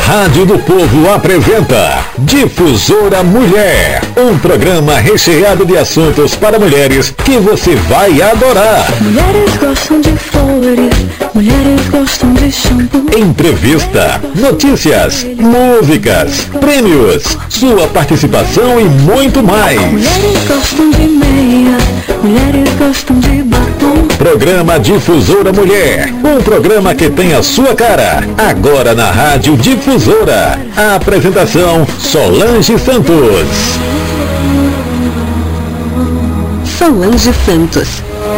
Rádio do Povo apresenta Difusora Mulher, um programa recheado de assuntos para mulheres que você vai adorar. Mulheres gostam de flores, mulheres gostam de shampoo. Entrevista, notícias, músicas, prêmios, sua participação e muito mais. Mulheres gostam de meia, mulheres gostam de batom. Programa Difusora Mulher, um programa que tem a sua cara, agora na Rádio Difusora. A apresentação, Solange Santos. Solange Santos.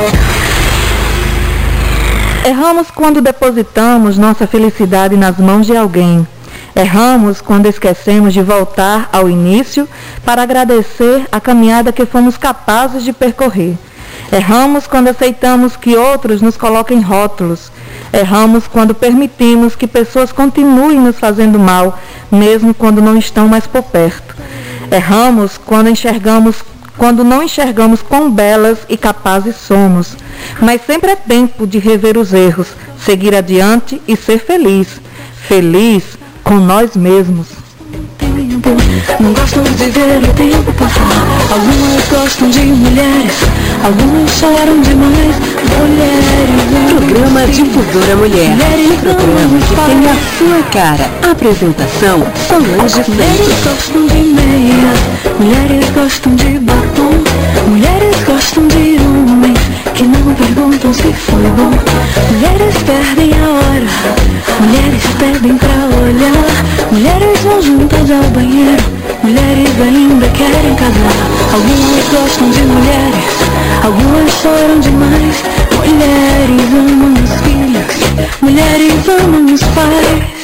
Erramos quando depositamos nossa felicidade nas mãos de alguém. Erramos quando esquecemos de voltar ao início para agradecer a caminhada que fomos capazes de percorrer. Erramos quando aceitamos que outros nos coloquem rótulos. Erramos quando permitimos que pessoas continuem nos fazendo mal, mesmo quando não estão mais por perto. Erramos quando não enxergamos quão belas e capazes somos. Mas sempre é tempo de rever os erros, seguir adiante e ser feliz. Feliz com nós mesmos. Não gostam de ver o tempo passar. Algumas gostam de mulheres, algumas choram demais. Mulheres. Programa Difusora Mulher. Programa que tem a sua cara. Apresentação, Solange Santos. Mulheres gostam de meia, mulheres gostam de batom. Mulheres gostam de homens que não perguntam se foi bom. Mulheres perdem a hora, mulheres pedem pra olhar. Mulheres vão juntas ao banheiro, mulheres ainda querem casar. Algumas gostam de mulheres, algumas choram demais. Mulheres amam os filhos, mulheres amam os pais.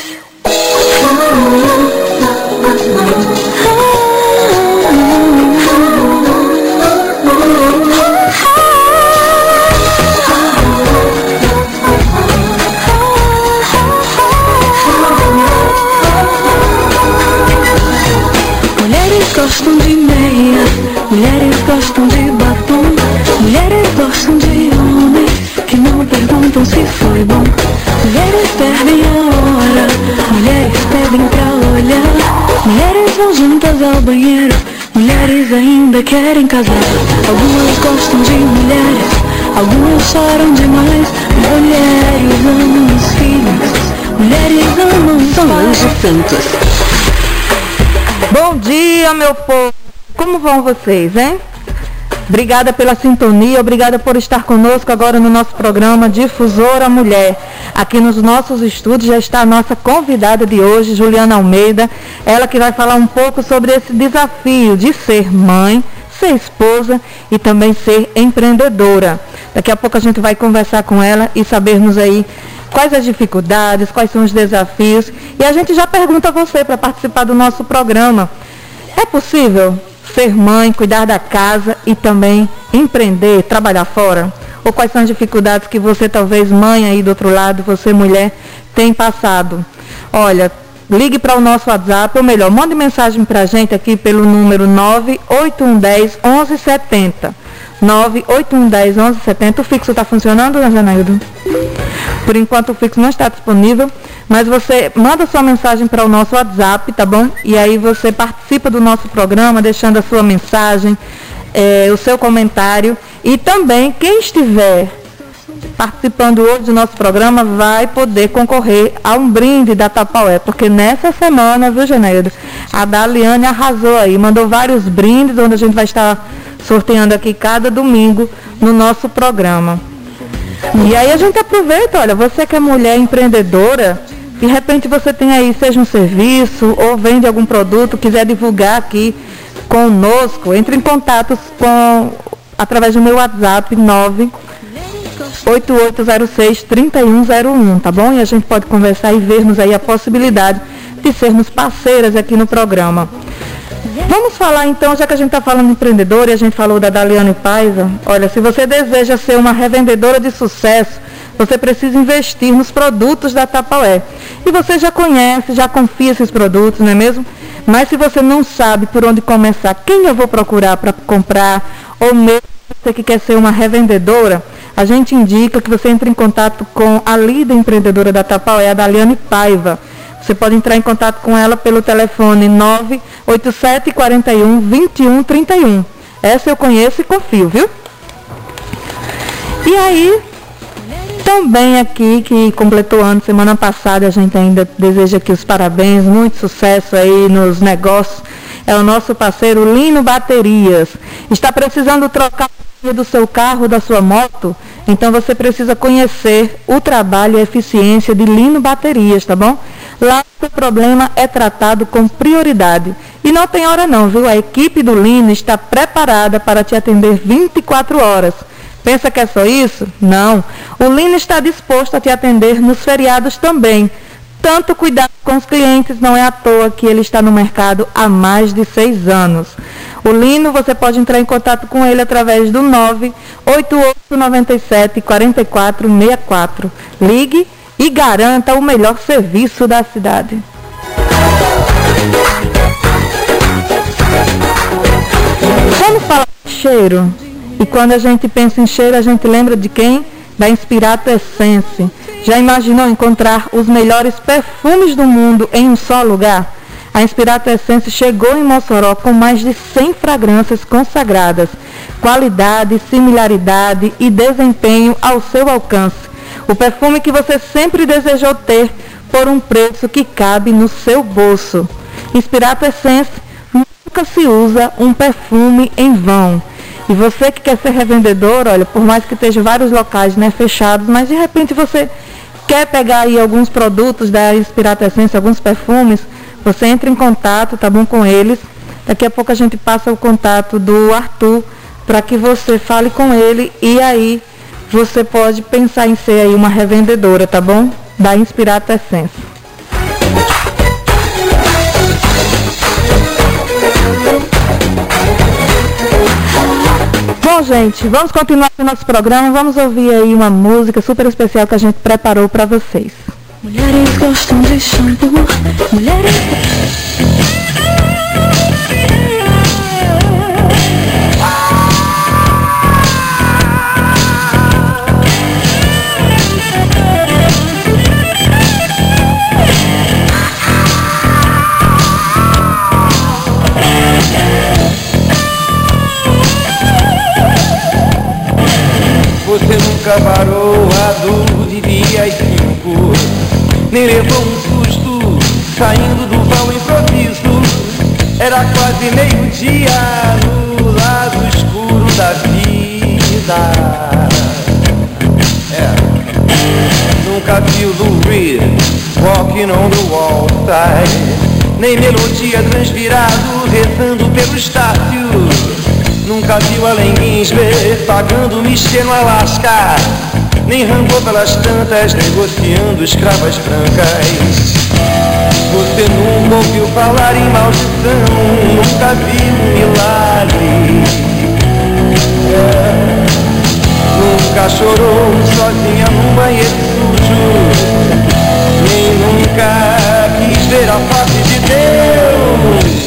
Gostam de meia, mulheres gostam de batom. Mulheres gostam de homens que não perguntam se foi bom. Mulheres perdem a hora, mulheres pedem pra olhar. Mulheres vão juntas ao banheiro, mulheres ainda querem casar. Algumas gostam de mulheres, algumas choram demais. Mulheres amam os filhos, mulheres amam os Solange Santos. Bom dia, meu povo. Como vão vocês, hein? Obrigada pela sintonia, obrigada por estar conosco agora no nosso programa Difusora Mulher. Aqui nos nossos estúdios já está a nossa convidada de hoje, Juliana Almeida. Ela que vai falar um pouco sobre esse desafio de ser mãe, ser esposa e também ser empreendedora. Daqui a pouco a gente vai conversar com ela e sabermos aí quais as dificuldades, quais são os desafios. E a gente já pergunta a você para participar do nosso programa. É possível ser mãe, cuidar da casa e também empreender, trabalhar fora? Ou quais são as dificuldades que você, talvez mãe aí do outro lado, você mulher, tem passado? Olha, ligue para o nosso WhatsApp, ou melhor, mande mensagem para a gente aqui pelo número 98110 1170. 98110 1170. O fixo está funcionando, né, Janaildo? Por enquanto o fixo não está disponível, mas você manda sua mensagem para o nosso WhatsApp, tá bom? E aí você participa do nosso programa, deixando a sua mensagem, o seu comentário. E também, quem estiver participando hoje do nosso programa vai poder concorrer a um brinde da Tapaué, porque nessa semana, viu, Janeiro, a Daliane arrasou aí, mandou vários brindes, onde a gente vai estar sorteando aqui cada domingo no nosso programa. E aí a gente aproveita, olha, você que é mulher empreendedora, de repente você tem aí, seja um serviço ou vende algum produto, quiser divulgar aqui conosco, entre em contato através do meu WhatsApp 98806-3101, tá bom? E a gente pode conversar e vermos aí a possibilidade de sermos parceiras aqui no programa. Vamos falar então, já que a gente está falando de empreendedor e a gente falou da Daliane Paiva, olha, se você deseja ser uma revendedora de sucesso, você precisa investir nos produtos da Tapaué. E você já conhece, já confia esses produtos, não é mesmo? Mas se você não sabe por onde começar, quem eu vou procurar para comprar, ou mesmo você que quer ser uma revendedora, a gente indica que você entre em contato com a líder empreendedora da Tapaué, a Daliane Paiva. Você pode entrar em contato com ela pelo telefone 987 41 21 31. Essa eu conheço e confio, viu? E aí, também aqui, que completou ano semana passada, a gente ainda deseja aqui os parabéns, muito sucesso aí nos negócios, é o nosso parceiro Lino Baterias. Está precisando trocar do seu carro, da sua moto? Então você precisa conhecer o trabalho e a eficiência de Lino Baterias, tá bom? Lá o problema é tratado com prioridade. E não tem hora não, viu? A equipe do Lino está preparada para te atender 24 horas. Pensa que é só isso? Não. O Lino está disposto a te atender nos feriados também. Tanto cuidado com os clientes, não é à toa que ele está no mercado há mais de 6 anos. O Lino, você pode entrar em contato com ele através do 98897-4464. Ligue e garanta o melhor serviço da cidade. Vamos falar de cheiro? E quando a gente pensa em cheiro, a gente lembra de quem? Da Inspirato Essence. Já imaginou encontrar os melhores perfumes do mundo em um só lugar? A Inspirato Essence chegou em Mossoró com mais de 100 fragrâncias consagradas. Qualidade, similaridade e desempenho ao seu alcance. O perfume que você sempre desejou ter por um preço que cabe no seu bolso. Inspirato Essence, nunca se usa um perfume em vão. E você que quer ser revendedor, olha, por mais que esteja vários locais, né, fechados, mas de repente você quer pegar aí alguns produtos da Inspirato Essence, alguns perfumes, você entra em contato, tá bom, com eles. Daqui a pouco a gente passa o contato do Arthur para que você fale com ele e aí você pode pensar em ser aí uma revendedora, tá bom? Da Inspirato Essence. Bom, gente, vamos continuar com o nosso programa. Vamos ouvir aí uma música super especial que a gente preparou para vocês. Mulheres gostam de shampoo, mulheres... Você nunca parou a 12h05, nem levou um susto saindo do vão improviso. Era quase meio-dia no lado escuro da vida. Nunca viu Lou Reed walking on the wall side, nem melodia transvirado rezando pelo estácio. Nunca viu Allen Ginsberg pagando Michê no Alasca, nem Rambo pelas tantas negociando escravas brancas. Você nunca ouviu falar em maldição, nunca viu um milagre. Nunca chorou sozinha num banheiro sujo, nem nunca quis ver a face de Deus.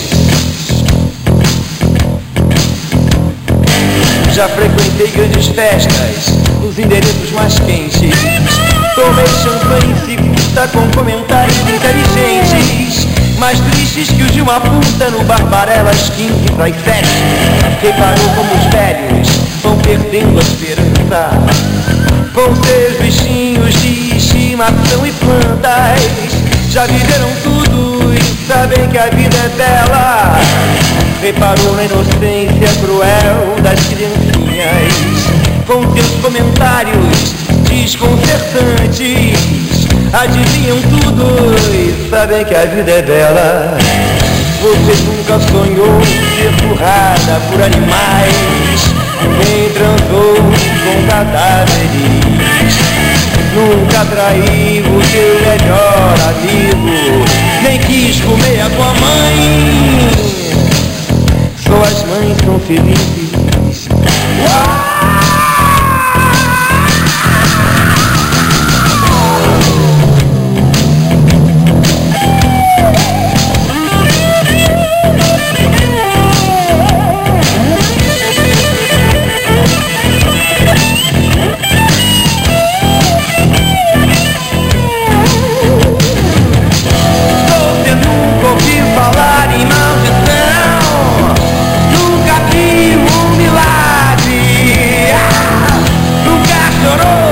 Já frequentei grandes festas nos endereços mais quentes. Tomei champanhe cicuta com comentários inteligentes, mais tristes que os de uma puta no Barbarelas 15:07. Reparou como os velhos vão perdendo a esperança com seus bichinhos de estimação e plantas. Já viveram tudo e sabem que a vida é bela. Reparou na inocência cruel das criancinhas com seus comentários desconcertantes. Adivinham tudo e sabem que a vida é bela. Você nunca sonhou ser empurrada por animais, nem transou com cadáveres. Nunca traiu o seu melhor amigo, nem quis comer a tua mãe. Só as mães são felizes.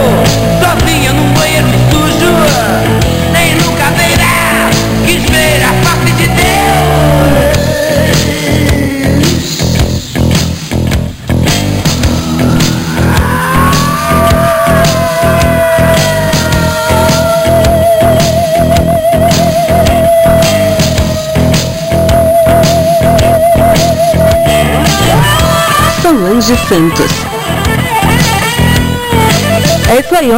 sozinha num banheiro sujo, nem nunca verá, quis ver a face de Deus. Solange Santos. É isso aí,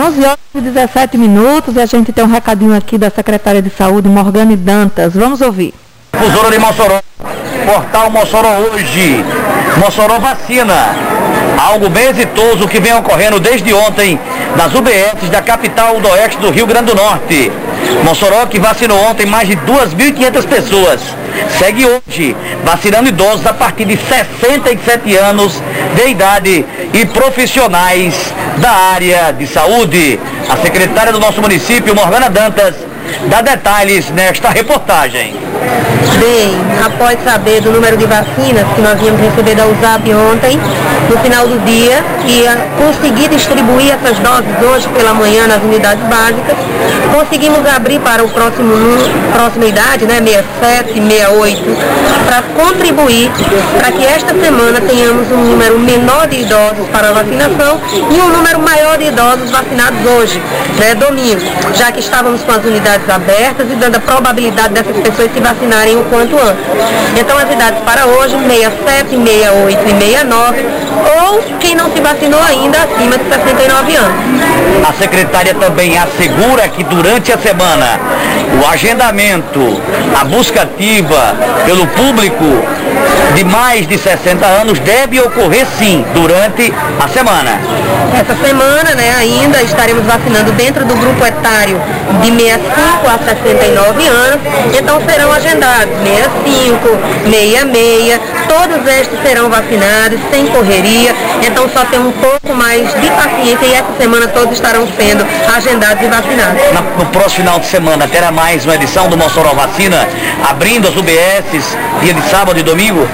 11h17 e a gente tem um recadinho aqui da secretária de Saúde, Morgane Dantas. Vamos ouvir. Difusora de Mossoró, portal Mossoró hoje. Mossoró vacina. Algo bem exitoso que vem ocorrendo desde ontem nas UBSs da capital do oeste do Rio Grande do Norte. Mossoró que vacinou ontem mais de 2.500 pessoas. Segue hoje vacinando idosos a partir de 67 anos de idade e profissionais da área de saúde. A secretária do nosso município, Morgana Dantas, dá detalhes nesta reportagem. Bem, após saber do número de vacinas que nós íamos receber da USAP ontem, no final do dia, e conseguir distribuir essas doses hoje pela manhã nas unidades básicas, conseguimos abrir para o próxima idade, né, 67, 68, para contribuir para que esta semana tenhamos um número menor de idosos para a vacinação e um número maior de idosos vacinados hoje, né, domingo, já que estávamos com as unidades abertas e dando a probabilidade dessas pessoas se vacinarem o quanto antes. Então as idades para hoje, 67, 68 e 69, ou quem não se vacinou ainda acima de 69 anos. A secretária também assegura que durante a semana o agendamento, a busca ativa pelo público de mais de 60 anos deve ocorrer sim durante a semana. Essa semana, né, ainda estaremos vacinando dentro do grupo etário de 65 a 69 anos, então serão agendados 65, 66, todos estes serão vacinados sem correria, então só tem um pouco mais de paciência e essa semana todos estarão sendo agendados e vacinados. No próximo final de semana terá mais uma edição do Mossoró Vacina, abrindo as UBSs dia de sábado e domingo?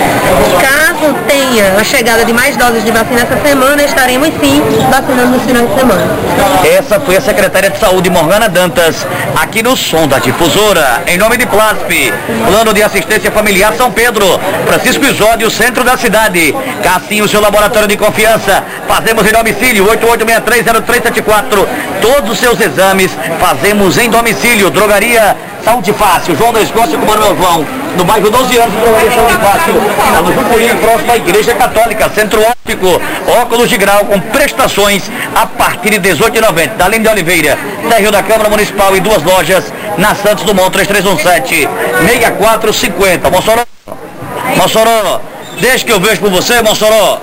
Caso tenha a chegada de mais doses de vacina essa semana, estaremos sim vacinando no final de semana. Essa foi a secretária de Saúde, Morgana Dantas, aqui no Som da Difusora. Em nome de Plasp, Plano de Assistência Familiar São Pedro, Francisco Isódio, centro da cidade. Cassinho, seu laboratório de confiança. Fazemos em domicílio, 88630374. Todos os seus exames fazemos em domicílio. Drogaria Saúde Fácil, João da Escócia com Manuel João, no bairro 12 anos, Drogaria Saúde Fácil, no Jucurim, próximo à Igreja Católica, Centro Óptico, óculos de grau com prestações a partir de R$18,90. Da Linde de Oliveira, térreo da Câmara Municipal e duas lojas na Santos Dumont, 3317-6450. Mossoró, Mossoró, deixa que eu vejo por você, Mossoró.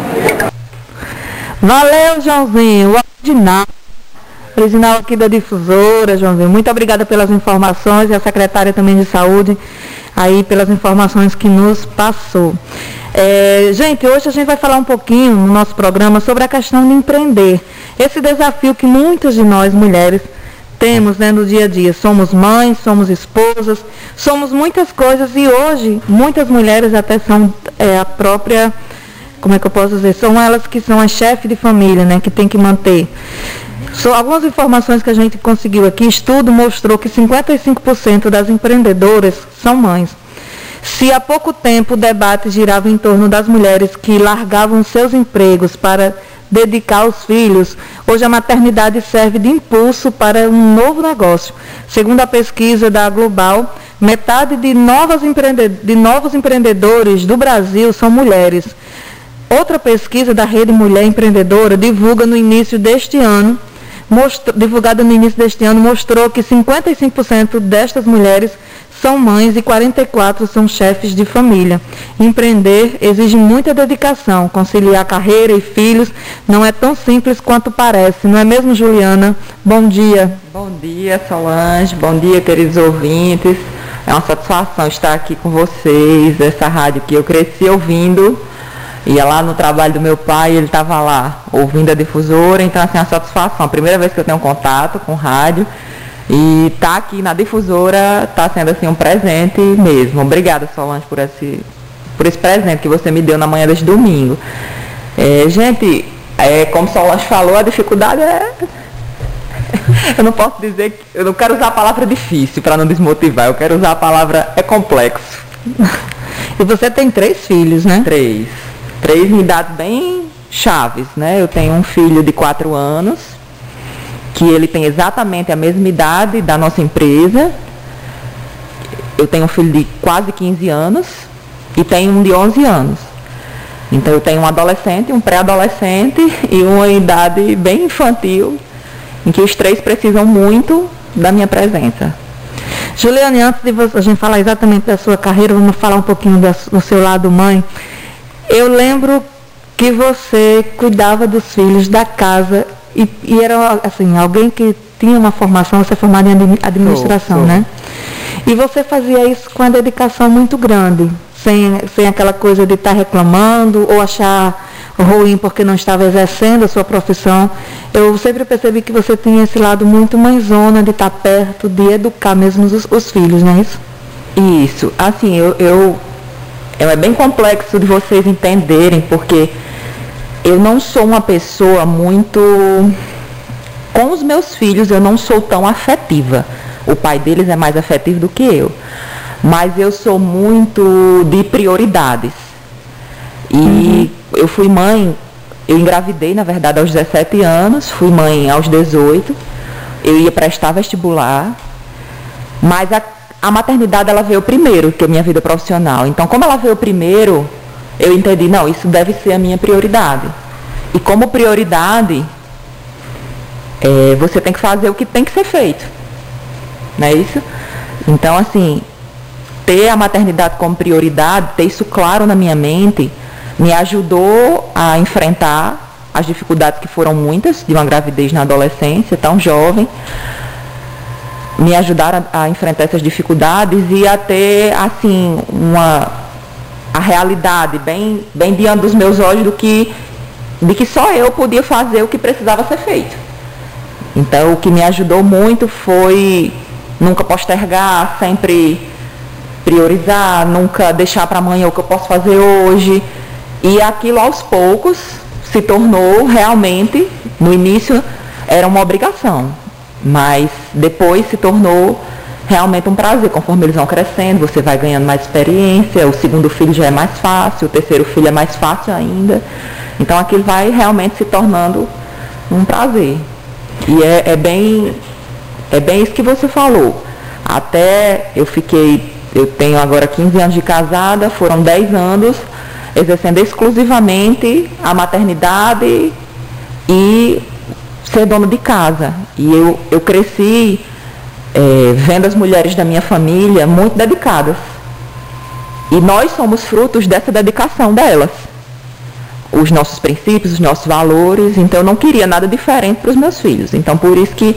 Valeu, Joãozinho. Original aqui da Difusora, Joãozinho. Muito obrigada pelas informações e a secretária também de Saúde aí pelas informações que nos passou. Gente, hoje a gente vai falar um pouquinho no nosso programa sobre a questão de empreender. Esse desafio que muitas de nós, mulheres, temos, né, no dia a dia. Somos mães, somos esposas, somos muitas coisas e hoje muitas mulheres até são a própria, como é que eu posso dizer, são elas que são as chefes de família, né, que tem que manter. Algumas informações que a gente conseguiu aqui, estudo mostrou que 55% das empreendedoras são mães. Se há pouco tempo o debate girava em torno das mulheres que largavam seus empregos para dedicar aos filhos, hoje a maternidade serve de impulso para um novo negócio. Segundo a pesquisa da Global, metade de novos empreendedores do Brasil são mulheres. Outra pesquisa da Rede Mulher Empreendedora, divulgada no início deste ano, mostrou que 55% destas mulheres são mães e 44% são chefes de família. Empreender exige muita dedicação, conciliar carreira e filhos não é tão simples quanto parece, não é mesmo, Juliana? Bom dia. Bom dia, Solange, bom dia, queridos ouvintes. É uma satisfação estar aqui com vocês, essa rádio que eu cresci ouvindo. Ia lá no trabalho do meu pai, ele estava lá ouvindo a Difusora, então assim, a satisfação, a primeira vez que eu tenho contato com rádio e tá aqui na Difusora está sendo assim um presente mesmo. Obrigada, Solange, por esse presente que você me deu na manhã deste domingo. Gente, Como Solange falou, a dificuldade é... Eu não posso dizer que... Eu não quero usar a palavra difícil para não desmotivar. Eu quero usar a palavra complexo. E você tem 3 filhos, né? 3 em idades bem chaves, né? Eu tenho um filho de 4 anos, que ele tem exatamente a mesma idade da nossa empresa. Eu tenho um filho de quase 15 anos e tenho um de 11 anos. Então eu tenho um adolescente, um pré-adolescente e uma idade bem infantil, em que os 3 precisam muito da minha presença. Juliane, antes de a gente falar exatamente da sua carreira, vamos falar um pouquinho do seu lado mãe. Eu lembro que você cuidava dos filhos da casa e era assim, alguém que tinha uma formação, você é formada em administração, né? E você fazia isso com uma dedicação muito grande, sem aquela coisa de estar reclamando ou achar ruim porque não estava exercendo a sua profissão. Eu sempre percebi que você tinha esse lado muito mãezona, de estar perto, de educar mesmo os filhos, não é isso? Isso. Assim, é bem complexo de vocês entenderem, porque eu não sou uma pessoa muito... Com os meus filhos eu não sou tão afetiva. O pai deles é mais afetivo do que eu. Mas eu sou muito de prioridades. E eu fui mãe, eu engravidei, na verdade, aos 17 anos, fui mãe aos 18, eu ia prestar vestibular, mas a maternidade ela veio primeiro que a minha vida profissional. Então, como ela veio primeiro, eu entendi, não, isso deve ser a minha prioridade. E como prioridade, você tem que fazer o que tem que ser feito. Não é isso? Então, assim, ter a maternidade como prioridade, ter isso claro na minha mente, me ajudou a enfrentar as dificuldades que foram muitas, de uma gravidez na adolescência, tão jovem. Me ajudaram a enfrentar essas dificuldades e a ter, assim, a realidade bem diante dos meus olhos de que só eu podia fazer o que precisava ser feito. Então, o que me ajudou muito foi nunca postergar, sempre priorizar, nunca deixar para amanhã o que eu posso fazer hoje. E aquilo aos poucos se tornou realmente, no início era uma obrigação, mas depois se tornou realmente um prazer. Conforme eles vão crescendo, você vai ganhando mais experiência, o segundo filho já é mais fácil, o terceiro filho é mais fácil ainda. Então aquilo vai realmente se tornando um prazer. E é bem isso que você falou. Até eu tenho agora 15 anos de casada, foram 10 anos exercendo exclusivamente a maternidade e ser dona de casa. E eu cresci vendo as mulheres da minha família muito dedicadas. E nós somos frutos dessa dedicação delas. Os nossos princípios, os nossos valores. Então eu não queria nada diferente para os meus filhos. Então por isso que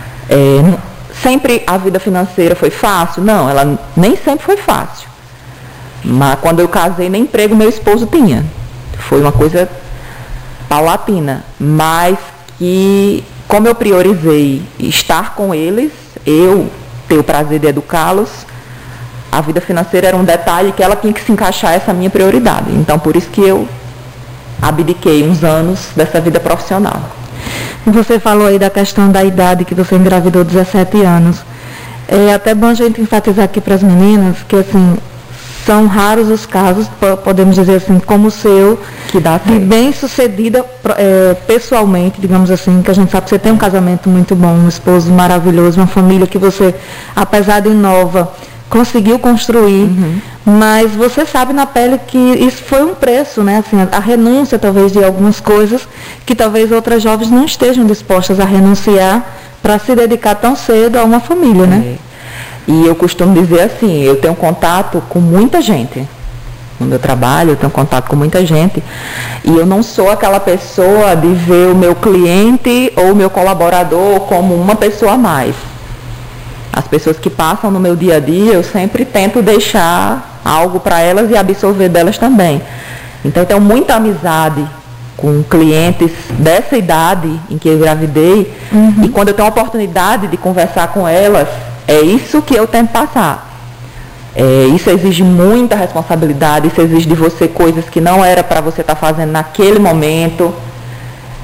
sempre a vida financeira foi fácil? Não, ela nem sempre foi fácil. Mas quando eu casei, nem emprego meu esposo tinha. Foi uma coisa paulatina. Mas que, como eu priorizei estar com eles, eu ter o prazer de educá-los, a vida financeira era um detalhe que ela tinha que se encaixar essa minha prioridade. Então, por isso que eu abdiquei uns anos dessa vida profissional. Você falou aí da questão da idade, que você engravidou 17 anos. É até bom a gente enfatizar aqui para as meninas que, assim, são raros os casos, podemos dizer assim, como o seu, de bem sucedida pessoalmente, digamos assim, que a gente sabe que você tem um casamento muito bom, um esposo maravilhoso, uma família que você, apesar de nova, conseguiu construir, mas você sabe na pele que isso foi um preço, né? Assim, a renúncia talvez de algumas coisas que talvez outras jovens não estejam dispostas a renunciar para se dedicar tão cedo a uma família, né? E eu costumo dizer assim, eu tenho contato com muita gente. No meu trabalho, eu tenho contato com muita gente. E eu não sou aquela pessoa de ver o meu cliente ou o meu colaborador como uma pessoa a mais. As pessoas que passam no meu dia a dia, eu sempre tento deixar algo para elas e absorver delas também. Então eu tenho muita amizade com clientes dessa idade em que eu engravidei. E quando eu tenho a oportunidade de conversar com elas, é isso que eu tento passar. Isso exige muita responsabilidade, isso exige de você coisas que não era para você estar fazendo naquele momento.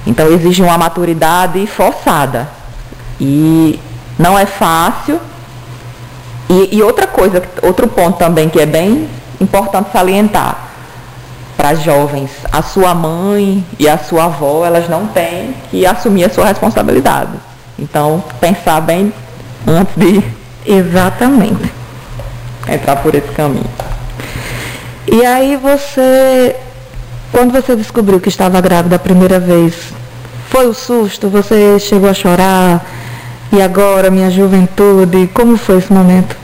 Então exige uma maturidade forçada. E não é fácil. E outra coisa, outro ponto também que é bem importante salientar para as jovens, a sua mãe e a sua avó, elas não têm que assumir a sua responsabilidade. Então, pensar bem antes de exatamente entrar por esse caminho. E aí você, quando você descobriu que estava grávida a primeira vez, foi o susto? Você chegou a chorar? E agora, minha juventude, como foi esse momento?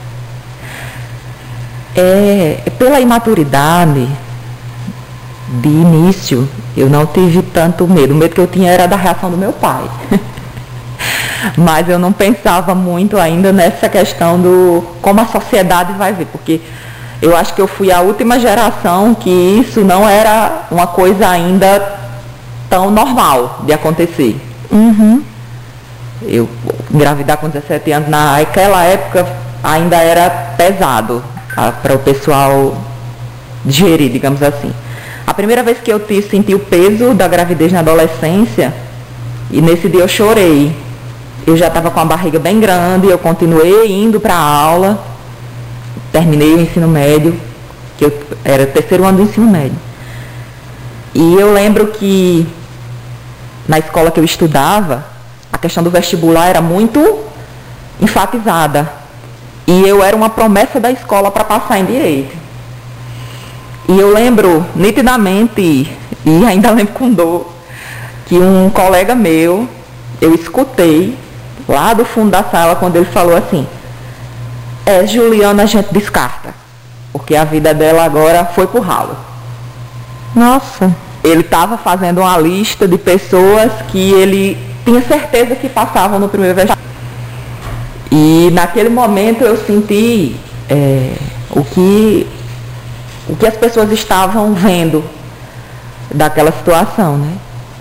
Pela imaturidade de início, eu não tive tanto medo. O medo que eu tinha era da reação do meu pai. Mas eu não pensava muito ainda nessa questão do como a sociedade vai ver, porque eu acho que eu fui a última geração que isso não era uma coisa ainda tão normal de acontecer. Uhum. Eu engravidar com 17 anos, naquela época ainda era pesado para o pessoal digerir, digamos assim. A primeira vez que eu senti o peso da gravidez na adolescência, e nesse dia eu chorei. Eu já estava com a barriga bem grande, eu continuei indo para a aula, terminei o ensino médio, que eu era o 3º ano do ensino médio. E eu lembro que na escola que eu estudava, a questão do vestibular era muito enfatizada. E eu era uma promessa da escola para passar em Direito. E eu lembro nitidamente, e ainda lembro com dor, que um colega meu, eu escutei lá do fundo da sala quando ele falou assim: Juliana, a gente descarta, porque a vida dela agora foi pro ralo. Nossa. Ele estava fazendo uma lista de pessoas que ele tinha certeza que passavam no primeiro vestibular. E naquele momento eu senti o que as pessoas estavam vendo daquela situação, né?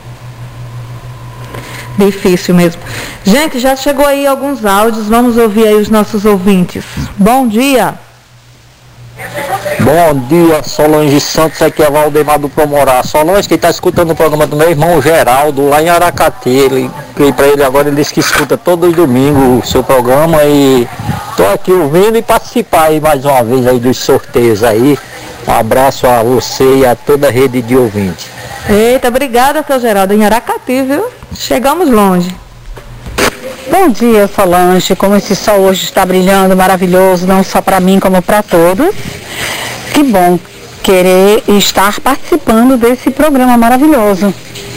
Difícil mesmo. Gente, já chegou aí alguns áudios, vamos ouvir aí os nossos ouvintes. Bom dia. Bom dia, Solange Santos, aqui é Valdemar do Promorá. Solange, que está escutando o programa do meu irmão Geraldo, lá em Aracati. Ele veio para ele agora, ele disse que escuta todo os domingos o seu programa e estou aqui ouvindo e participar aí mais uma vez aí dos sorteios aí. Um abraço a você e a toda a rede de ouvintes. Eita, obrigada, seu Geraldo, em Aracati, viu? Chegamos longe. Bom dia, Solange, como esse sol hoje está brilhando, maravilhoso, não só para mim como para todos. Que bom querer estar participando desse programa maravilhoso.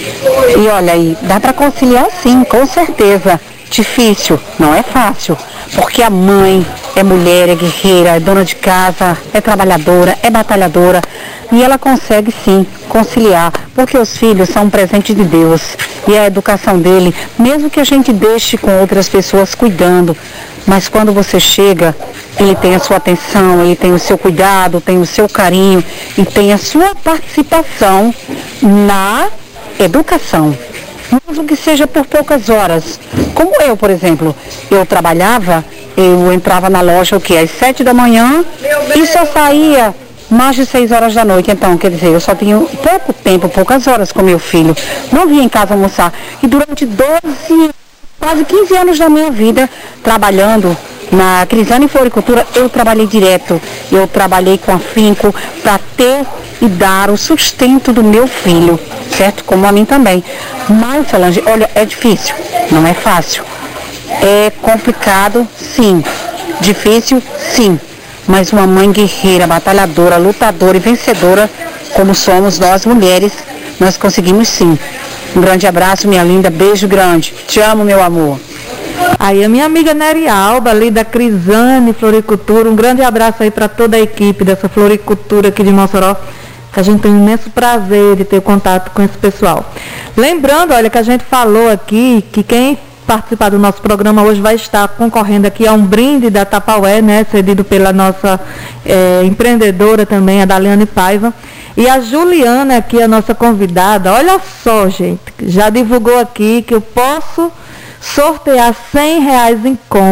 E olha aí, dá para conciliar sim, com certeza. Difícil, não é fácil, porque a mãe é mulher, é guerreira, é dona de casa, é trabalhadora, é batalhadora, e ela consegue sim conciliar, porque os filhos são um presente de Deus, e a educação dele, mesmo que a gente deixe com outras pessoas cuidando, mas quando você chega, ele tem a sua atenção, ele tem o seu cuidado, tem o seu carinho, e tem a sua participação na educação. Mesmo que seja por poucas horas. Como eu, por exemplo, eu trabalhava, eu entrava na loja às 7 da manhã e só saía mais de 6 horas da noite. Então, quer dizer, eu só tinha pouco tempo, poucas horas com meu filho. Não vinha em casa almoçar. E durante 12, quase 15 anos da minha vida, trabalhando na Crisane Floricultura, eu trabalhei direto. Eu trabalhei com afinco para ter e dar o sustento do meu filho, certo? Como a mim também. Mas, Solange, olha, é difícil, não é fácil. É complicado, sim. Difícil, sim. Mas uma mãe guerreira, batalhadora, lutadora e vencedora, como somos nós mulheres, nós conseguimos sim. Um grande abraço, minha linda, beijo grande. Te amo, meu amor. Aí a minha amiga Nery Alba, ali da Crisane Floricultura, um grande abraço aí para toda a equipe dessa floricultura aqui de Mossoró, que a gente tem um imenso prazer de ter contato com esse pessoal. Lembrando, olha, que a gente falou aqui que quem participar do nosso programa hoje vai estar concorrendo aqui a um brinde da Tapaué, né, cedido pela nossa empreendedora também, a Daliane Paiva. E a Juliana aqui, a nossa convidada, olha só, gente, já divulgou aqui que eu posso sortear R$100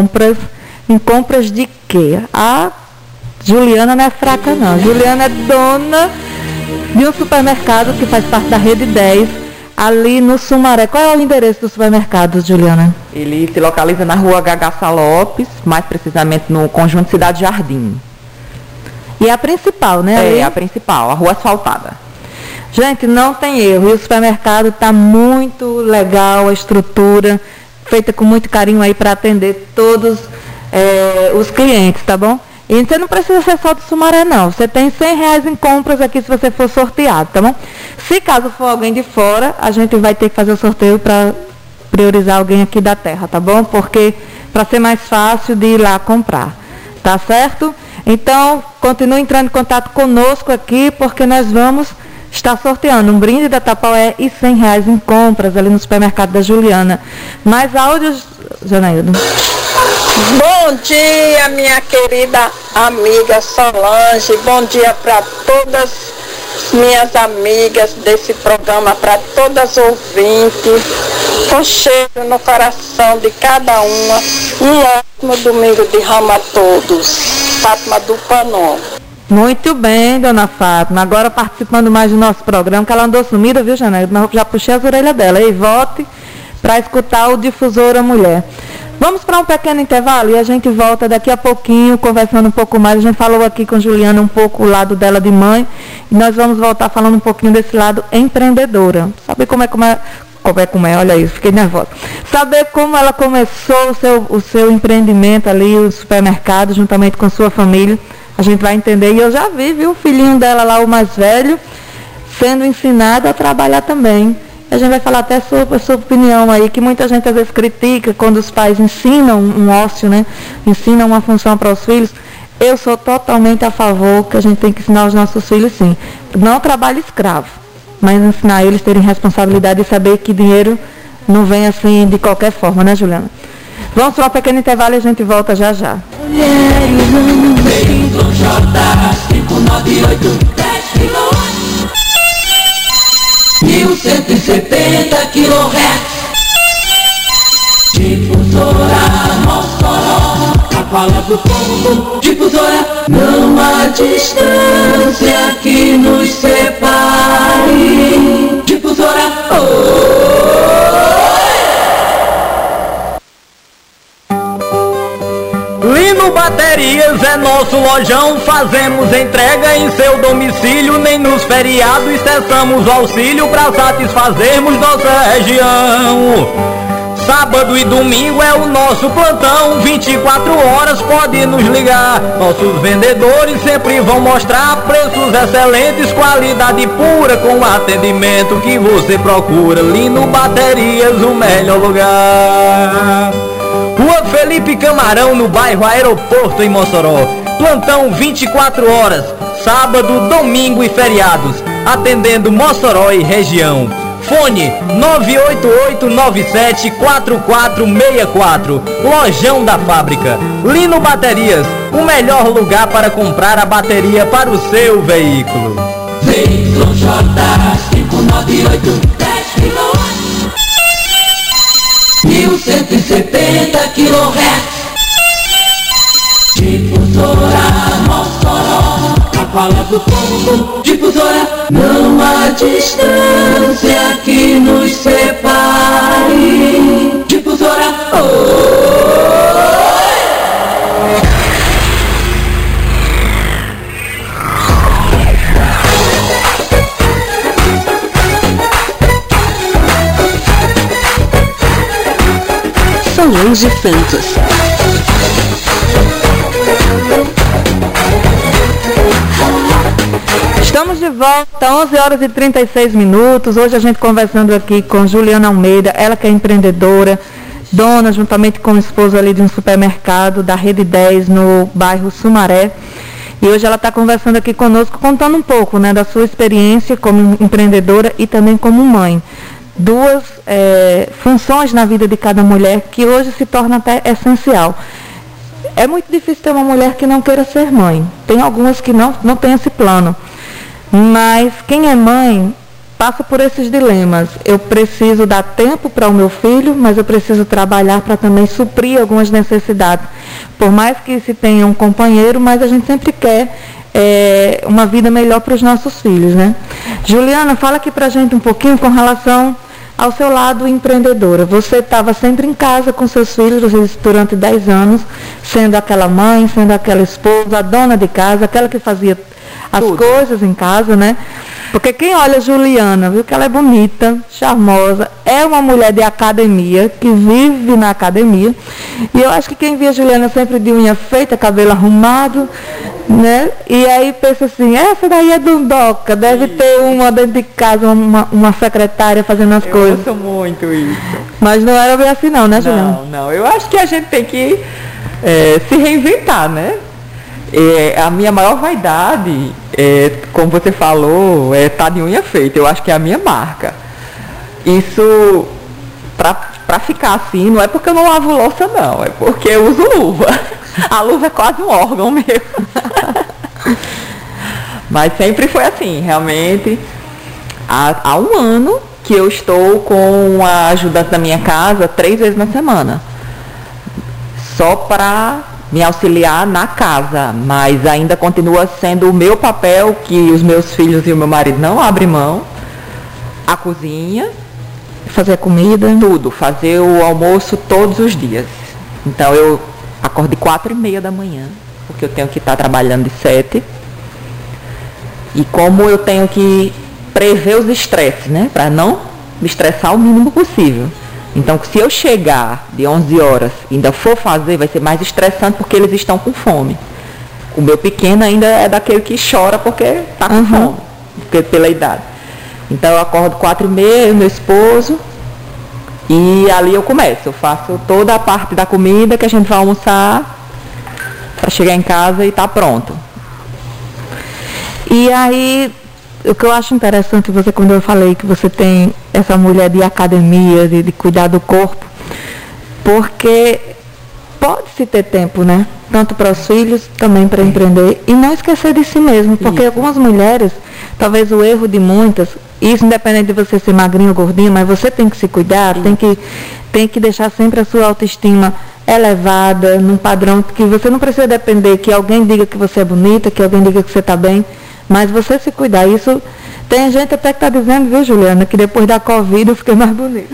em compras de quê? A Juliana não é fraca não, Juliana é dona de um supermercado que faz parte da Rede 10, ali no Sumaré. Qual é o endereço do supermercado, Juliana? Ele se localiza na rua Gagaça Lopes, mais precisamente no conjunto Cidade Jardim. E é a principal, né? Ali? É a principal, a rua asfaltada. Gente, não tem erro. E o supermercado está muito legal, a estrutura, feita com muito carinho aí para atender todos os clientes, tá bom? E você não precisa ser só do Sumaré, não. Você tem R$100 em compras aqui se você for sorteado, tá bom? Se caso for alguém de fora, a gente vai ter que fazer o sorteio para priorizar alguém aqui da terra, tá bom? Porque para ser mais fácil de ir lá comprar, tá certo? Então, continue entrando em contato conosco aqui, porque nós vamos estar sorteando um brinde da Tapaué e R$100 em compras ali no supermercado da Juliana. Mais áudios, Janaildo? Bom dia, minha querida amiga Solange. Bom dia para todas minhas amigas desse programa, para todas as ouvintes. Com cheiro no coração de cada uma. Um ótimo domingo de ramo a todos. Fátima do Panon. Muito bem, dona Fátima. Agora participando mais do nosso programa, que ela andou sumida, viu, Janaildo? Mas eu já puxei as orelhas dela. E volte para escutar o Difusora Mulher. Vamos para um pequeno intervalo e a gente volta daqui a pouquinho, conversando um pouco mais. A gente falou aqui com Juliana um pouco o lado dela de mãe, e nós vamos voltar falando um pouquinho desse lado empreendedora. Saber olha isso, fiquei nervosa. Saber como ela começou o seu empreendimento ali, o supermercado, juntamente com sua família. A gente vai entender, e eu já vi, viu, o filhinho dela lá, o mais velho, sendo ensinado a trabalhar também. A gente vai falar até sobre a sua opinião aí, que muita gente às vezes critica quando os pais ensinam um ócio, né? Ensinam uma função para os filhos. Eu sou totalmente a favor que a gente tem que ensinar os nossos filhos, sim. Não trabalho escravo, mas ensinar eles a terem responsabilidade e saber que dinheiro não vem assim de qualquer forma, né, Juliana? Vamos para um pequeno intervalo e a gente volta já já. (1170 kHz) Difusora Mossoró, a fala do povo. Difusora, não há distância que nos separe. Difusora, Lino Baterias é nosso lojão, fazemos entrega em seu domicílio, nem nos feriados cessamos o auxílio para satisfazermos nossa região. Sábado e domingo é o nosso plantão, 24 horas pode nos ligar. Nossos vendedores sempre vão mostrar preços excelentes, qualidade pura com atendimento que você procura. Lino Baterias, o melhor lugar. Rua Felipe Camarão, no bairro Aeroporto, em Mossoró. Plantão 24 horas, sábado, domingo e feriados, atendendo Mossoró e região. Fone 988974464. Lojão da Fábrica. Lino Baterias, o melhor lugar para comprar a bateria para o seu veículo. (1170 kHz) Difusora Mossoró, a fala do povo. Difusora, não há distância que nos separe. Difusora, Solange Santos. Estamos de volta, 11 horas e 36 minutos. Hoje a gente conversando aqui com Juliana Almeida, ela que é empreendedora, dona, juntamente com o esposo ali de um supermercado da Rede 10 no bairro Sumaré. E hoje ela está conversando aqui conosco, contando um pouco, né, da sua experiência como empreendedora e também como mãe. Duas funções na vida de cada mulher que hoje se torna até essencial. É muito difícil ter uma mulher que não queira ser mãe. Tem algumas que não têm esse plano. Mas quem é mãe passa por esses dilemas. Eu preciso dar tempo para o meu filho, mas eu preciso trabalhar para também suprir algumas necessidades. Por mais que se tenha um companheiro, mas a gente sempre quer uma vida melhor para os nossos filhos, né? Juliana, fala aqui para a gente um pouquinho com relação ao seu lado empreendedora. Você estava sempre em casa com seus filhos durante 10 anos, sendo aquela mãe, sendo aquela esposa, a dona de casa, aquela que fazia as coisas em casa, né? Porque quem olha a Juliana, viu que ela é bonita, charmosa, é uma mulher de academia, que vive na academia. E eu acho que quem via a Juliana sempre de unha feita, cabelo arrumado, né? E aí pensa assim, essa daí é dundoca, deve ter uma dentro de casa, uma secretária fazendo as coisas. Eu ouço muito isso. Mas não era bem assim não, né, Juliana? Não. Eu acho que a gente tem que se reinventar, né? A minha maior vaidade, como você falou, é estar de unha feita. Eu acho que é a minha marca. Isso, pra ficar assim, não é porque eu não lavo louça, não. É porque eu uso luva. A luva é quase um órgão meu. Mas sempre foi assim, realmente. Há um ano que eu estou com a ajudante da minha casa 3 vezes na semana. Só para me auxiliar na casa, mas ainda continua sendo o meu papel, que os meus filhos e o meu marido não abrem mão. A cozinha, fazer a comida, tudo, fazer o almoço todos os dias. Então eu acordo de 4h30 da manhã, porque eu tenho que estar trabalhando de 7. E como eu tenho que prever os estresses, né, para não me estressar o mínimo possível. Então, se eu chegar de 11 horas e ainda for fazer, vai ser mais estressante porque eles estão com fome. O meu pequeno ainda é daquele que chora porque está com fome, pela idade. Então, eu acordo 4h30, meu esposo, e ali eu começo. Eu faço toda a parte da comida que a gente vai almoçar para chegar em casa e estar pronto. E aí, o que eu acho interessante, você, quando eu falei que você tem essa mulher de academia, de cuidar do corpo, porque pode-se ter tempo, né? Tanto para os filhos, também para empreender, e não esquecer de si mesmo, porque algumas mulheres, talvez o erro de muitas, isso independente de você ser magrinho ou gordinho, mas você tem que se cuidar, tem que deixar sempre a sua autoestima elevada, num padrão que você não precisa depender que alguém diga que você é bonita, que alguém diga que você está bem, mas você se cuidar. Isso, tem gente até que está dizendo, viu, Juliana, que depois da Covid eu fiquei mais bonita.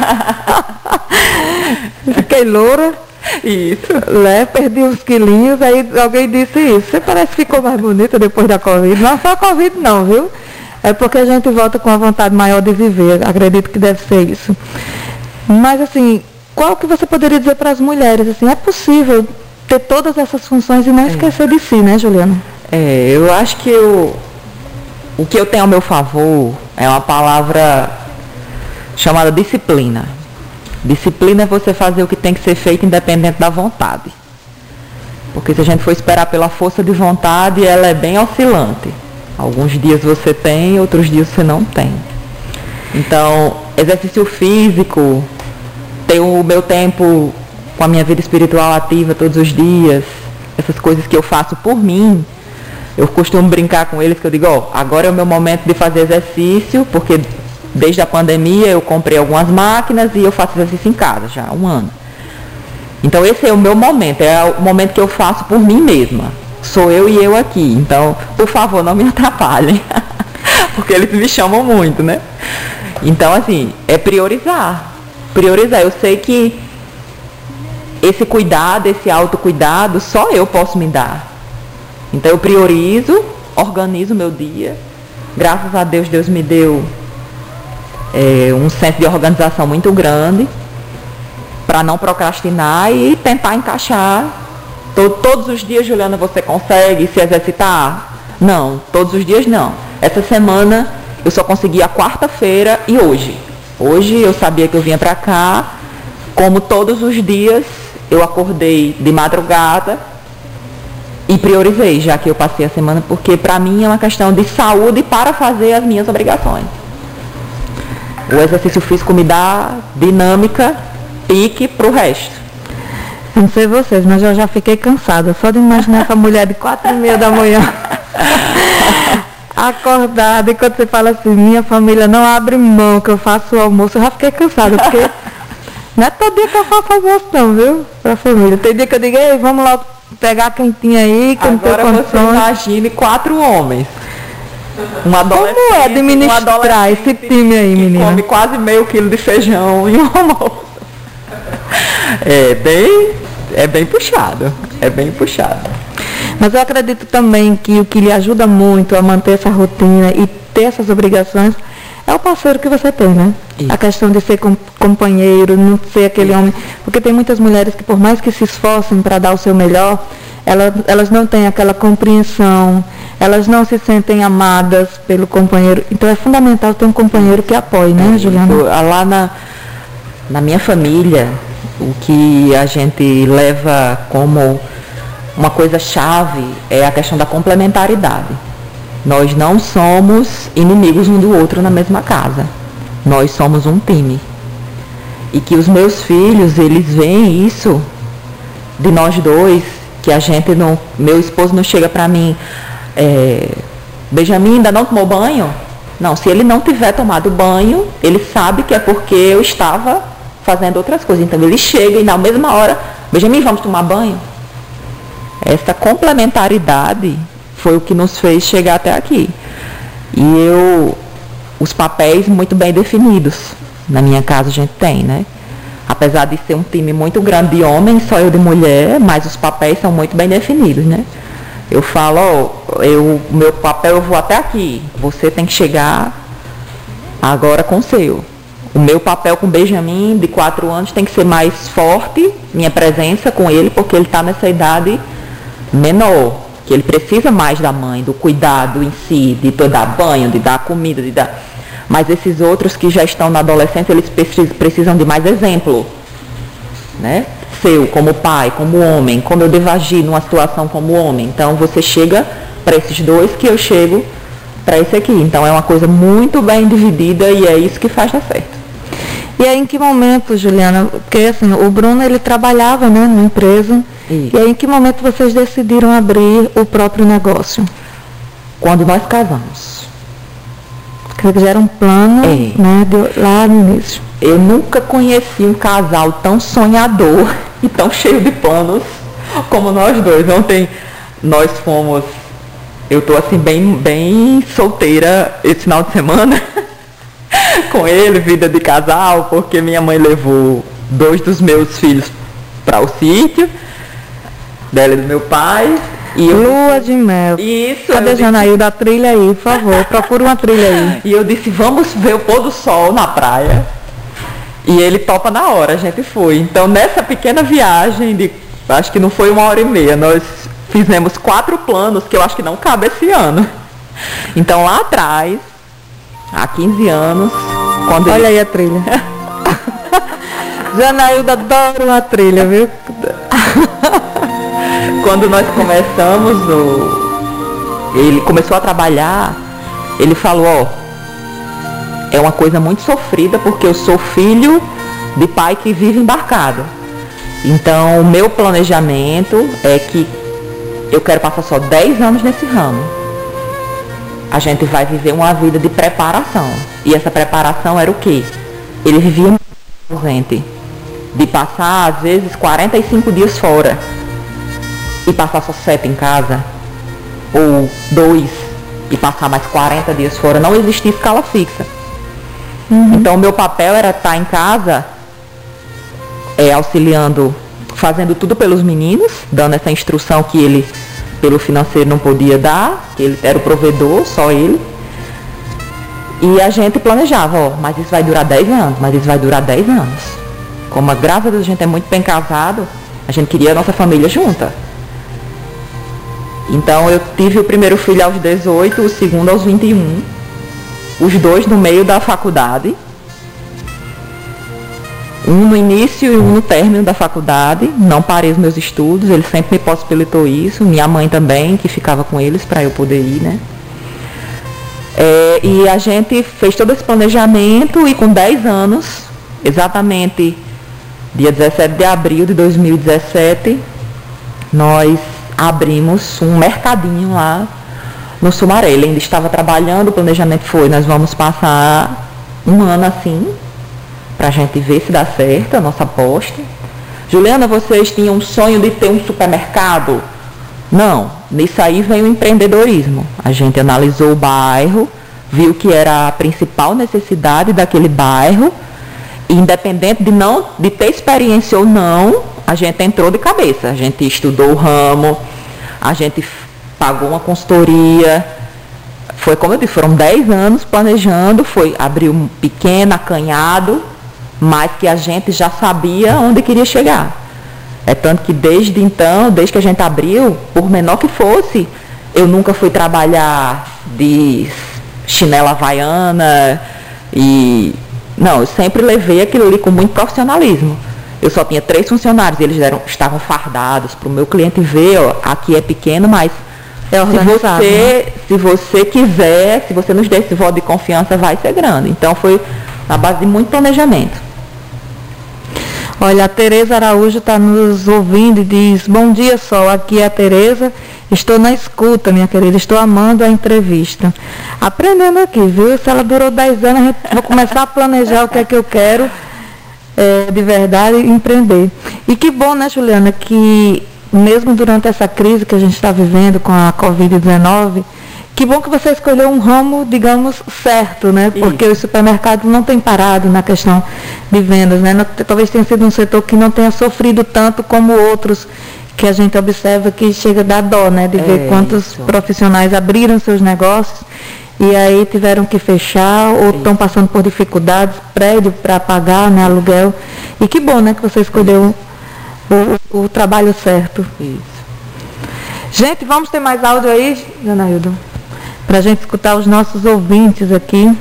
Fiquei loura. Isso. Né? Perdi uns quilinhos, aí alguém disse isso. Você parece que ficou mais bonita depois da Covid. Não é só a Covid não, viu? É porque a gente volta com a vontade maior de viver. Acredito que deve ser isso. Mas assim, qual que você poderia dizer para as mulheres? Assim, é possível ter todas essas funções e não esquecer de si, né, Juliana? Eu acho que o que eu tenho ao meu favor é uma palavra chamada disciplina. Disciplina é você fazer o que tem que ser feito independente da vontade. Porque se a gente for esperar pela força de vontade, ela é bem oscilante. Alguns dias você tem, outros dias você não tem. Então, exercício físico, ter o meu tempo com a minha vida espiritual ativa todos os dias, essas coisas que eu faço por mim. Eu costumo brincar com eles que eu digo, agora é o meu momento de fazer exercício, porque desde a pandemia eu comprei algumas máquinas e eu faço exercício em casa já há um ano. Então esse é o meu momento, é o momento que eu faço por mim mesma. Sou eu e eu aqui. Então, por favor, não me atrapalhem, porque eles me chamam muito, né? Então, assim, é priorizar. Priorizar. Eu sei que esse cuidado, esse autocuidado, só eu posso me dar. Então eu priorizo, organizo o meu dia. Graças a Deus, Deus me deu um senso de organização muito grande para não procrastinar e tentar encaixar. Todos os dias, Juliana, você consegue se exercitar? Não, todos os dias não. Essa semana eu só consegui a quarta-feira e hoje. Hoje eu sabia que eu vinha para cá, como todos os dias eu acordei de madrugada e priorizei, já que eu passei a semana, porque para mim é uma questão de saúde para fazer as minhas obrigações. O exercício físico me dá dinâmica, pique para o resto. Não sei vocês, mas eu já fiquei cansada, só de imaginar essa mulher de 4h30 da manhã acordada, e quando você fala assim, minha família não abre mão que eu faço o almoço, eu já fiquei cansada, porque não é todo dia que eu faço almoço não, viu, pra família. Tem dia que eu digo, ei, vamos lá pegar a quentinha aí, que agora não tem condições. Você imagine 4 homens. Um adolescente, como é administrar esse time aí, menina? Come quase meio quilo de feijão em um almoço. É bem puxado. É bem puxado. Mas eu acredito também que o que lhe ajuda muito a manter essa rotina e ter essas obrigações é o parceiro que você tem, né? Isso. A questão de ser companheiro, não ser aquele homem. Porque tem muitas mulheres que, por mais que se esforcem para dar o seu melhor, elas não têm aquela compreensão, elas não se sentem amadas pelo companheiro. Então é fundamental ter um companheiro que apoie, né, Juliana? Lá na minha família, o que a gente leva como uma coisa chave é a questão da complementaridade. Nós não somos inimigos um do outro na mesma casa. Nós somos um time. E que os meus filhos, eles veem isso de nós dois, que a gente não... Meu esposo não chega pra mim, Benjamin, ainda não tomou banho? Não, se ele não tiver tomado banho, ele sabe que é porque eu estava fazendo outras coisas. Então ele chega e na mesma hora, Benjamin, vamos tomar banho? Essa complementaridade foi o que nos fez chegar até aqui. E os papéis muito bem definidos. Na minha casa a gente tem, né? Apesar de ser um time muito grande de homens, só eu de mulher, mas os papéis são muito bem definidos, né? Eu falo, meu papel eu vou até aqui, você tem que chegar agora com o seu. O meu papel com o Benjamin, de 4 anos, tem que ser mais forte, minha presença com ele, porque ele está nessa idade menor, que ele precisa mais da mãe, do cuidado em si, de dar banho, de dar comida, de dar... Mas esses outros que já estão na adolescência, eles precisam de mais exemplo, né? Seu, como pai, como homem, como eu devo agir numa situação como homem. Então você chega para esses dois que eu chego para esse aqui. Então é uma coisa muito bem dividida e é isso que faz dar certo. E aí em que momento, Juliana, porque assim, o Bruno ele trabalhava, né, numa empresa, e aí em que momento vocês decidiram abrir o próprio negócio? Quando nós casamos. Porque já era um plano, né, lá no início. Eu nunca conheci um casal tão sonhador e tão cheio de planos como nós dois. Ontem nós fomos, eu tô assim bem solteira esse final de semana com ele, vida de casal, porque minha mãe levou 2 dos meus filhos para o sítio, dela e do meu pai. E lua de mel. Isso. Cadê Janaída? A trilha aí, por favor, procura uma trilha aí. E eu disse, vamos ver o pôr do sol na praia. E ele topa na hora, a gente foi. Então nessa pequena viagem, acho que não foi 1h30, nós fizemos 4 planos que eu acho que não cabe esse ano. Então lá atrás, há 15 anos, quando olha aí a trilha. Janaída adora uma trilha, viu? Quando nós começamos, ele começou a trabalhar, ele falou, é uma coisa muito sofrida porque eu sou filho de pai que vive embarcado. Então o meu planejamento é que eu quero passar só 10 anos nesse ramo. A gente vai viver uma vida de preparação. E essa preparação era o quê? Ele vivia ausente, de passar às vezes 45 dias fora. E passar só 7 em casa, ou 2, e passar mais 40 dias fora, não existia escala fixa. Então o meu papel era estar em casa, auxiliando, fazendo tudo pelos meninos, dando essa instrução que ele, pelo financeiro, não podia dar, que ele era o provedor, só ele. E a gente planejava, mas isso vai durar 10 anos, mas isso vai durar 10 anos. Como graças a Deus a gente é muito bem casado, a gente queria a nossa família junta. Então eu tive o primeiro filho aos 18, o segundo aos 21, os 2 no meio da faculdade, um no início e um no término da faculdade. Não parei os meus estudos, ele sempre me possibilitou isso, minha mãe também, que ficava com eles para eu poder ir, né? E a gente fez todo esse planejamento e com 10 anos, exatamente dia 17 de abril de 2017, nós abrimos um mercadinho lá no Sumaré. Ele ainda estava trabalhando, o planejamento foi, nós vamos passar um ano assim, pra gente ver se dá certo a nossa aposta. Juliana, vocês tinham um sonho de ter um supermercado? Não, nisso aí vem o empreendedorismo. A gente analisou o bairro, viu que era a principal necessidade daquele bairro, e independente de ter experiência ou não, a gente entrou de cabeça. A gente estudou o ramo, a gente pagou uma consultoria. Foi como eu disse, foram 10 anos planejando, foi abrir um pequeno, acanhado, mas que a gente já sabia onde queria chegar. É tanto que desde então, desde que a gente abriu, por menor que fosse, eu nunca fui trabalhar de chinela havaiana e... Não, eu sempre levei aquilo ali com muito profissionalismo. Eu só tinha 3 funcionários, eles estavam fardados para o meu cliente ver, ó, aqui é pequeno, mas se você quiser, se você nos der esse voto de confiança, vai ser grande. Então foi na base de muito planejamento. Olha, a Tereza Araújo está nos ouvindo e diz: bom dia, Sol, aqui é a Tereza, estou na escuta, minha querida, estou amando a entrevista. Aprendendo aqui, viu? Se ela durou 10 anos, vou começar a planejar o que é que eu quero de verdade empreender. E que bom, né, Juliana, que mesmo durante essa crise que a gente está vivendo com a Covid-19, que bom que você escolheu um ramo, digamos, certo, né? Porque os supermercados não têm parado na questão de vendas, né? Talvez tenha sido um setor que não tenha sofrido tanto como outros, que a gente observa que chega a dar dó, né? De ver quantos profissionais abriram seus negócios e aí tiveram que fechar ou estão passando por dificuldades, prédio para pagar, né? Aluguel. E que bom, né? Que você escolheu o trabalho certo. Isso. Gente, vamos ter mais áudio aí, Dona Hilda? Para a gente escutar os nossos ouvintes aqui.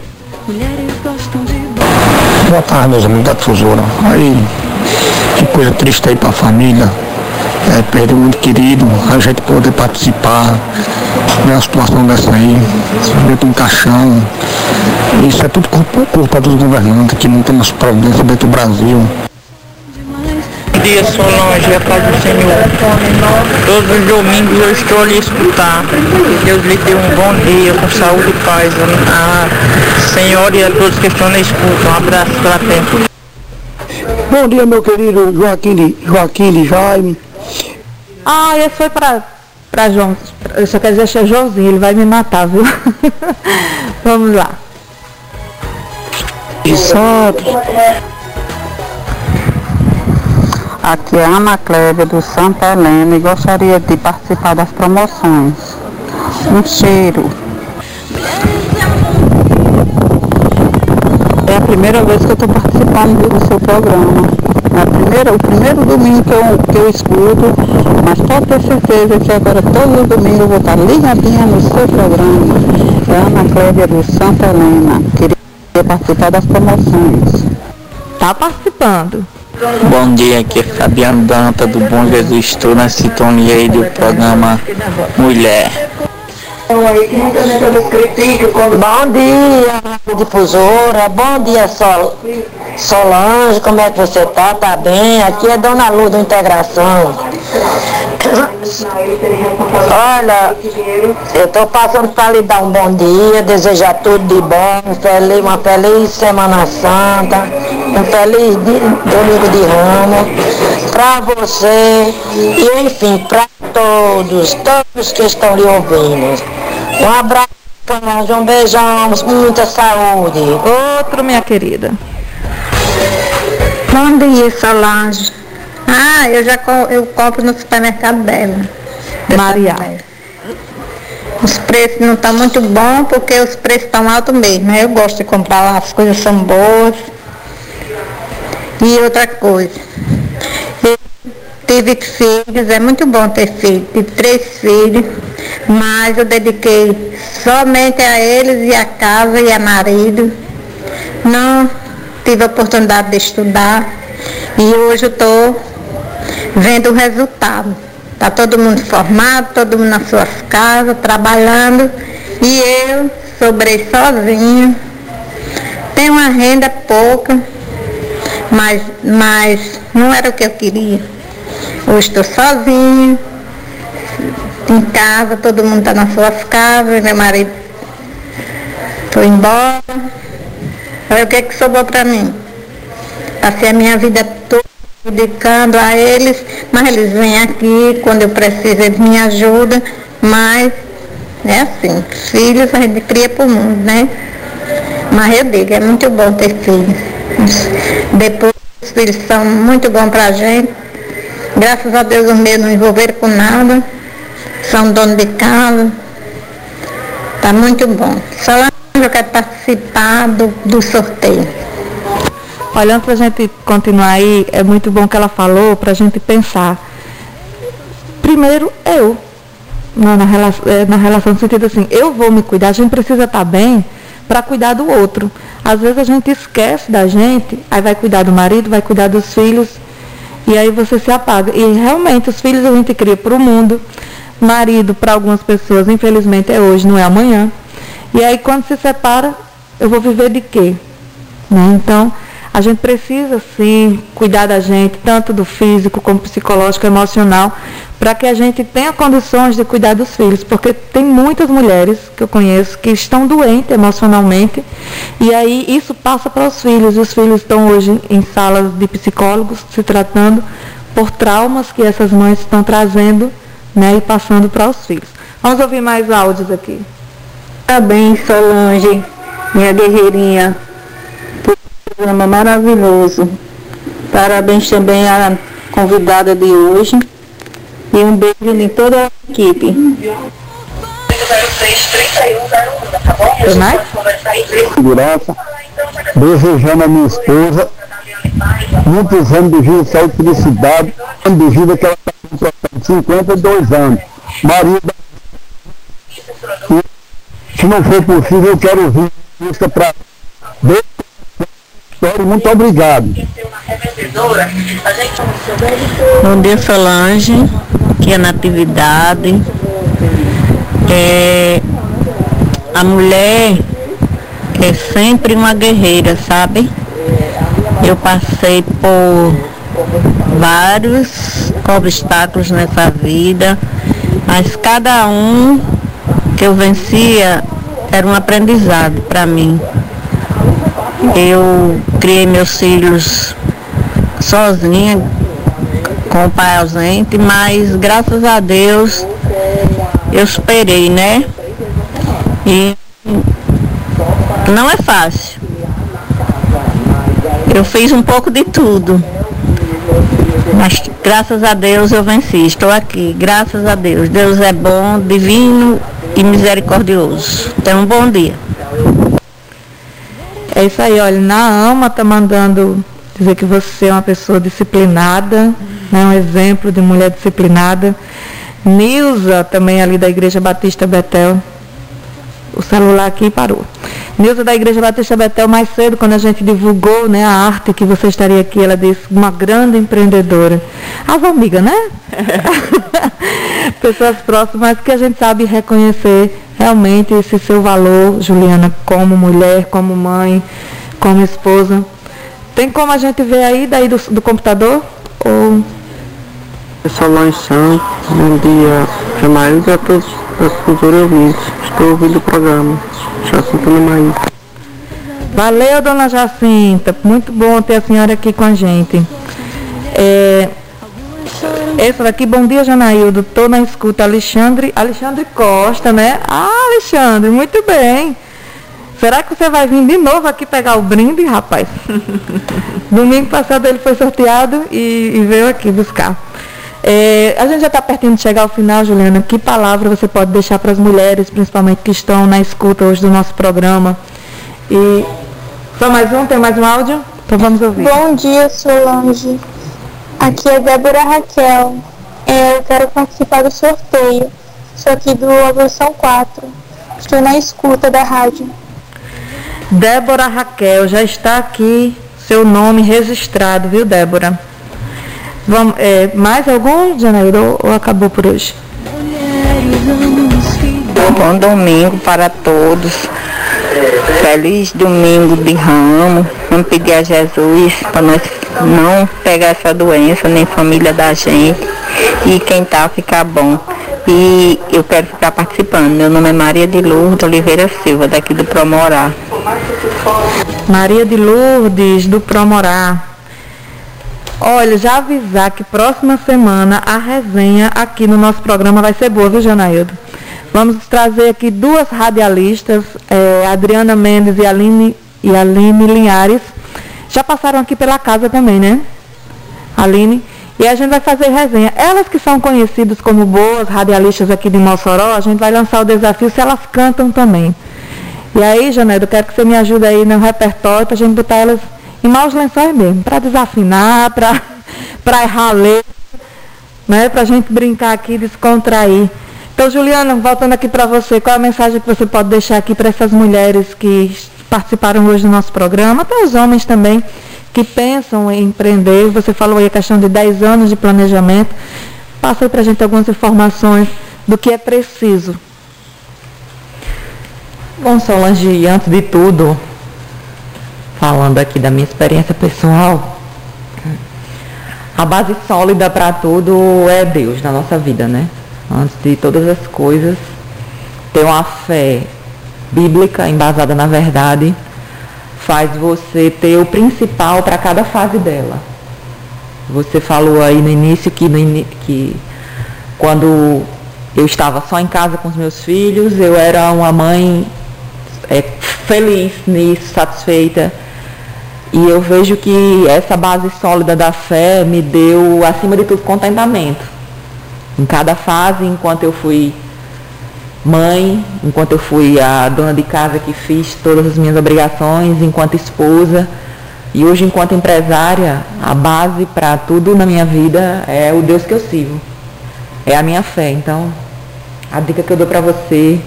Boa tarde, meus amigos da Difusora. Aí, que coisa triste aí para a família. Perder um muito querido, a gente poder participar, ver a situação dessa aí, dentro de um caixão. Isso é tudo culpa dos governantes, que não temos providência dentro do Brasil. Bom dia, Solange, a paz do Senhor. Todos os domingos eu estou a lhe escutar. Que Deus lhe dê um bom dia, com saúde e paz. A senhora e a todos que estão na escuta. Um abraço pela tempo. Bom dia, meu querido Joaquim de Jaime. Ah, esse foi para João. Eu só quero dizer que é Joãozinho, ele vai me matar, viu? Vamos lá. Santos. Aqui é a Ana Cléber do Santa Helena e gostaria de participar das promoções. Um cheiro. É a primeira vez que eu estou participando do seu programa. É o primeiro domingo que eu escuto, mas pode ter certeza que agora todo domingo eu vou estar ligadinha no seu programa. É a Ana Cléber do Santa Helena. Queria participar das promoções. Está participando. Bom dia, aqui é Fabiano Danta do Bom Jesus. Estou na sintonia aí do programa Mulher. Bom dia, Difusora. Bom dia, Solange. Como é que você tá? Tá bem? Aqui é Dona Lu do Integração. Olha, eu tô passando para lhe dar um bom dia, desejar tudo de bom, uma feliz Semana Santa, um feliz domingo de Ramos para você e enfim, para todos que estão lhe ouvindo. Um abraço, um beijão, muita saúde. Outro, minha querida. Bom dia, Solange. Eu compro no supermercado dela. Maria. Os preços não estão muito bons porque os preços estão altos mesmo. Eu gosto de comprar lá, as coisas são boas. E outra coisa, eu tive filhos, é muito bom ter filhos, tive 3 filhos, mas eu dediquei somente a eles e a casa e a marido. Não tive a oportunidade de estudar e hoje eu estou vendo o resultado. Está todo mundo formado, todo mundo nas suas casas, trabalhando, e eu sobrei sozinho. Tenho uma renda pouca, mas não era o que eu queria. Hoje estou sozinha, em casa, todo mundo está nas suas casas, meu marido foi embora. Olha o que sobrou para mim. Passei a minha vida toda dedicando a eles, mas eles vêm aqui, quando eu preciso eles me ajudam, mas é assim, filhos a gente cria pro mundo, né? Mas eu digo, é muito bom ter filhos. Depois os filhos são muito bons pra gente. Graças a Deus os meus não envolveram com nada, são donos de casa. Tá muito bom. Só eu quero participar do sorteio. Olha, antes da gente continuar aí, é muito bom que ela falou para a gente pensar. Primeiro, eu. Na relação no sentido assim, eu vou me cuidar, a gente precisa estar bem para cuidar do outro. Às vezes a gente esquece da gente, aí vai cuidar do marido, vai cuidar dos filhos, e aí você se apaga. E realmente os filhos a gente cria para o mundo, marido para algumas pessoas, infelizmente é hoje, não é amanhã. E aí quando se separa, eu vou viver de quê? Né? Então, a gente precisa sim cuidar da gente, tanto do físico como psicológico, emocional, para que a gente tenha condições de cuidar dos filhos, porque tem muitas mulheres que eu conheço que estão doentes emocionalmente, e aí isso passa para os filhos, e os filhos estão hoje em salas de psicólogos se tratando por traumas que essas mães estão trazendo, né, e passando para os filhos. Vamos ouvir mais áudios aqui. Parabéns, Solange, minha guerreirinha. Programa maravilhoso. Parabéns também à convidada de hoje. E um beijo em toda a equipe. Segurança, desejando a minha esposa muitos anos de vida, saúde e felicidade, anos de vida que ela está com 52 anos. Marido, se não for possível, eu quero ouvir música para muito obrigado. Bom dia, Solange, que é Natividade. A mulher é sempre uma guerreira, sabe? Eu passei por vários obstáculos nessa vida, mas cada um que eu vencia era um aprendizado para mim. Eu criei meus filhos sozinha, com o pai ausente, mas graças a Deus eu superei, né? E não é fácil. Eu fiz um pouco de tudo, mas graças a Deus eu venci, estou aqui, graças a Deus. Deus é bom, divino e misericordioso. Tenha um bom dia. É isso aí, olha, Naama está mandando dizer que você é uma pessoa disciplinada, né, um exemplo de mulher disciplinada. Nilza, também ali da Igreja Batista Betel, o celular aqui parou. Nilza da Igreja Batista Betel, mais cedo, quando a gente divulgou, né, a arte que você estaria aqui, ela disse, uma grande empreendedora. As amigas, né? Pessoas próximas que a gente sabe reconhecer realmente esse seu valor, Juliana, como mulher, como mãe, como esposa. Tem como a gente ver aí daí do computador? Ou... Solange Santos, bom dia, Janaína e a todos os futuros ouvintes. Estou ouvindo o programa. Jacinta Maíra. Valeu, dona Jacinta. Muito bom ter a senhora aqui com a gente. Esse daqui, bom dia, Janaildo. Estou na escuta. Alexandre Costa, né? Ah, Alexandre, muito bem. Será que você vai vir de novo aqui pegar o brinde, rapaz? Domingo passado ele foi sorteado e veio aqui buscar. A gente já está pertinho de chegar ao final, Juliana. Que palavra você pode deixar para as mulheres, principalmente que estão na escuta hoje do nosso programa? E só mais um? Tem mais um áudio? Então vamos ouvir. Bom dia, Solange. Aqui é Débora Raquel. Eu quero participar do sorteio. Sou aqui do Evolução 4. Estou na escuta da rádio. Débora Raquel, já está aqui seu nome registrado, viu, Débora? Vamos, mais algum, Janeiro, ou acabou por hoje? Bom domingo para todos. Feliz domingo de Ramos. Vamos pedir a Jesus para nós não pegar essa doença, nem família da gente. E quem tá, ficar bom. E eu quero ficar participando. Meu nome é Maria de Lourdes Oliveira Silva, daqui do Promorá. Maria de Lourdes, do Promorá. Olha, já avisar que próxima semana a resenha aqui no nosso programa vai ser boa, viu, Janaildo? Vamos trazer aqui duas radialistas, Adriana Mendes e Aline Linhares. Já passaram aqui pela casa também, né? Aline. E a gente vai fazer resenha. Elas que são conhecidas como boas radialistas aqui de Mossoró, a gente vai lançar o desafio se elas cantam também. E aí, Janaildo, eu quero que você me ajude aí no repertório para a gente botar elas em maus lençóis mesmo, para desafinar, para errar a letra, né? Para a gente brincar aqui, descontrair. Então, Juliana, voltando aqui para você, qual a mensagem que você pode deixar aqui para essas mulheres que participaram hoje do nosso programa, até os homens também, que pensam em empreender? Você falou aí a questão de 10 anos de planejamento. Passa aí para a gente algumas informações do que é preciso. Bom, Solange, antes de tudo, falando aqui da minha experiência pessoal, a base sólida para tudo é Deus na nossa vida, né? Antes de todas as coisas, ter uma fé bíblica, embasada na verdade, faz você ter o principal para cada fase dela. Você falou aí no início que quando eu estava só em casa com os meus filhos, eu era uma mãe feliz nisso, satisfeita. E eu vejo que essa base sólida da fé me deu, acima de tudo, contentamento. Em cada fase, enquanto eu fui mãe, enquanto eu fui a dona de casa que fiz todas as minhas obrigações, enquanto esposa, e hoje enquanto empresária, a base para tudo na minha vida é o Deus que eu sirvo, é a minha fé. Então, a dica que eu dou para você,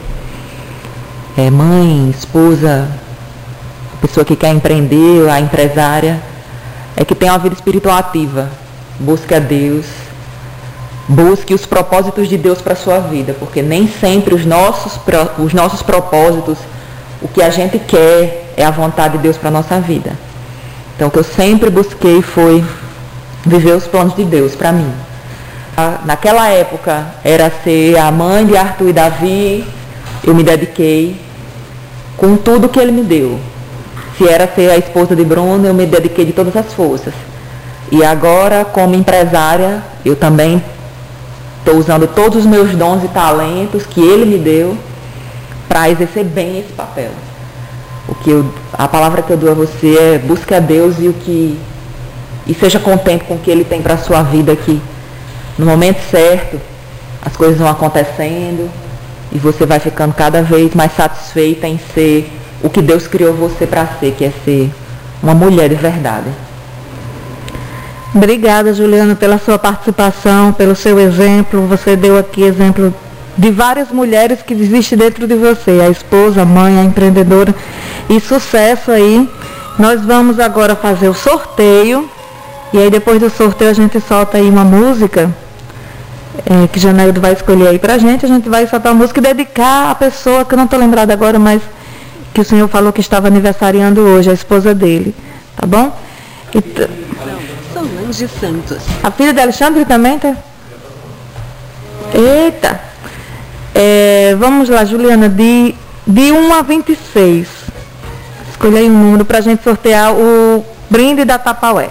mãe, esposa, pessoa que quer empreender, a empresária, é que tenha uma vida espiritual ativa, busque a Deus, busque os propósitos de Deus para a sua vida, porque nem sempre os nossos propósitos, o que a gente quer é a vontade de Deus para a nossa vida. Então, o que eu sempre busquei foi viver os planos de Deus para mim. Naquela época, era ser a mãe de Arthur e Davi, eu me dediquei com tudo que ele me deu. Se era ser a esposa de Bruno, eu me dediquei de todas as forças. E agora, como empresária, eu também estou usando todos os meus dons e talentos que ele me deu para exercer bem esse papel. A palavra que eu dou a você é busque a Deus e seja contente com o que ele tem para a sua vida, que no momento certo as coisas vão acontecendo e você vai ficando cada vez mais satisfeita em ser o que Deus criou você para ser, que é ser uma mulher de verdade. Obrigada, Juliana, pela sua participação, pelo seu exemplo. Você deu aqui exemplo de várias mulheres que existem dentro de você, a esposa, a mãe, a empreendedora, e sucesso aí. Nós vamos agora fazer o sorteio, e aí depois do sorteio a gente solta aí uma música, que Janaildo vai escolher aí pra gente. A gente vai soltar uma música e dedicar a pessoa, que eu não estou lembrada agora, mas que o senhor falou que estava aniversariando hoje, a esposa dele, tá bom? Solange Santos. A filha de Alexandre também, tá? Eita! Vamos lá, Juliana, de 1 a 26. Escolha aí um número pra gente sortear o brinde da Tapaué.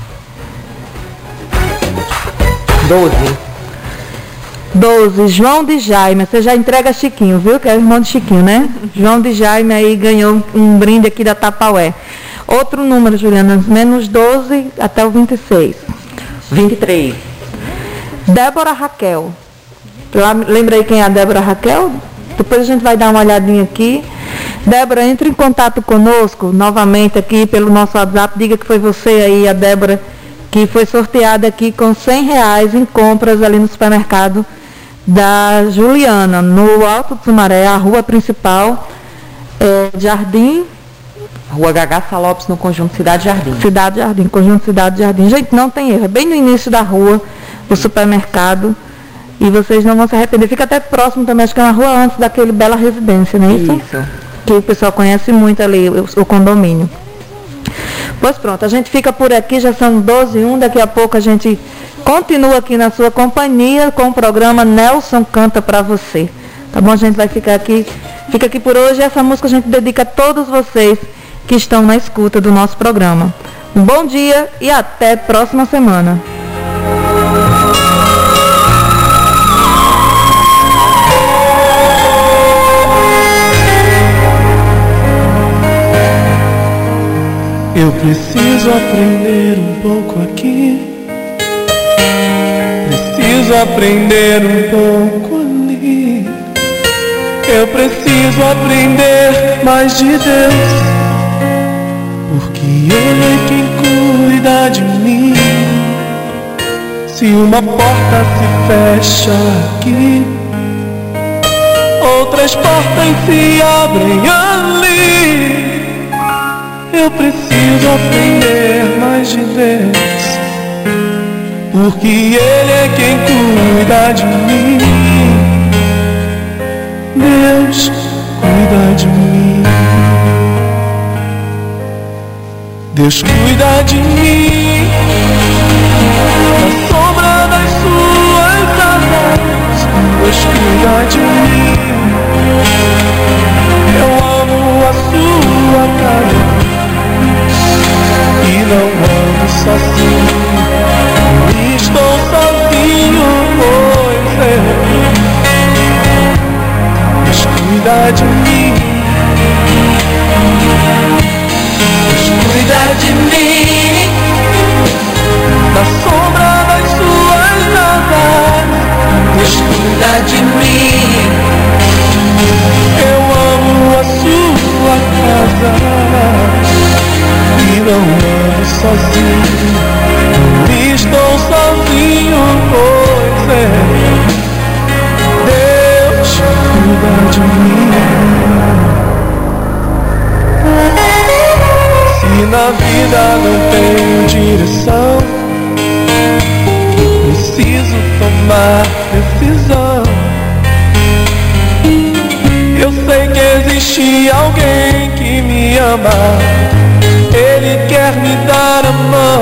12, João de Jaime. Você já entrega Chiquinho, viu? Que é o irmão de Chiquinho, né? João de Jaime aí ganhou um brinde aqui da Tapaué. Outro número, Juliana, menos 12 até o 26. 23. Débora Raquel. Lembra aí quem é a Débora Raquel? Depois a gente vai dar uma olhadinha aqui. Débora, entre em contato conosco novamente aqui pelo nosso WhatsApp. Diga que foi você aí, a Débora, que foi sorteada aqui com R$100 em compras ali no supermercado da Juliana, no Alto do Sumaré, a rua principal, Jardim. Rua Gagaça Lopes, no Conjunto Cidade Jardim. Cidade Jardim, Conjunto Cidade Jardim. Gente, não tem erro, é bem no início da rua, do supermercado, e vocês não vão se arrepender. Fica até próximo também, acho que é uma rua antes daquele Bela Residência, não é isso? Isso. Que o pessoal conhece muito ali, o condomínio. Pois pronto, a gente fica por aqui, já são 12h01, daqui a pouco a gente continua aqui na sua companhia com o programa Nelson Canta Pra Você. Tá bom? A gente vai fica aqui por hoje, e essa música a gente dedica a todos vocês que estão na escuta do nosso programa. Um bom dia e até próxima semana. Eu preciso aprender um pouco aqui, preciso aprender um pouco ali. Eu preciso aprender mais de Deus, porque Ele é quem cuida de mim. Se uma porta se fecha aqui, outras portas se abrem ali. Eu preciso aprender mais de Deus, porque Ele é quem cuida de mim. Deus cuida de mim. Deus cuida de mim, na sombra das suas asas. Deus cuida de mim. Eu amo a sua casa e não ando sozinho. Estou sozinho, pois Deus cuida de mim. Deus cuida de mim, na sombra das suas asas. Deus cuida de mim. Eu amo a sua casa e não ando sozinho. Estou sozinho, pois Deus cuida de mim. Se na vida não tenho direção, preciso tomar decisão. Eu sei que existe alguém que me ama, Ele quer me dar a mão.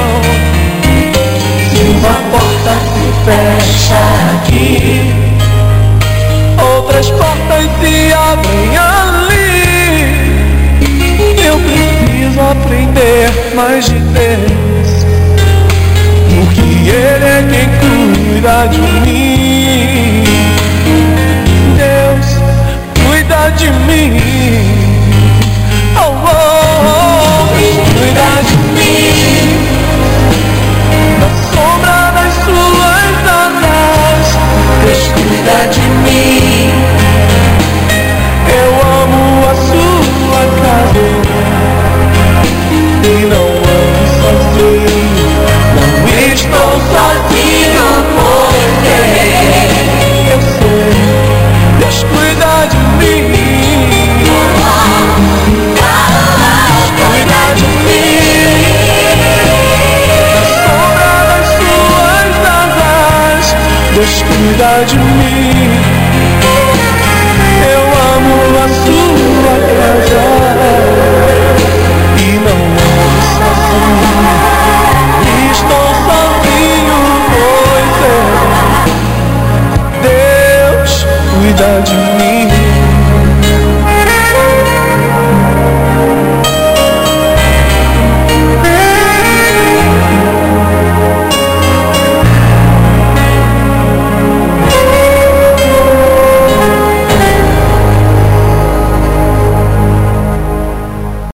Se uma porta se fecha aqui, outras portas se abrem ali. Eu preciso aprender mais de Deus, porque Ele é quem cuida de mim. Deus cuida de mim. Oh, oh, oh, cuida de mim. Na sombra das suas asas, Deus cuida de mim. Eu amo a sua casa e não ando sozinho. Não estou sozinho, pois eu sei, Deus cuida de mim. Cuida de mim. Na sombra das suas asas, Deus cuida de mim.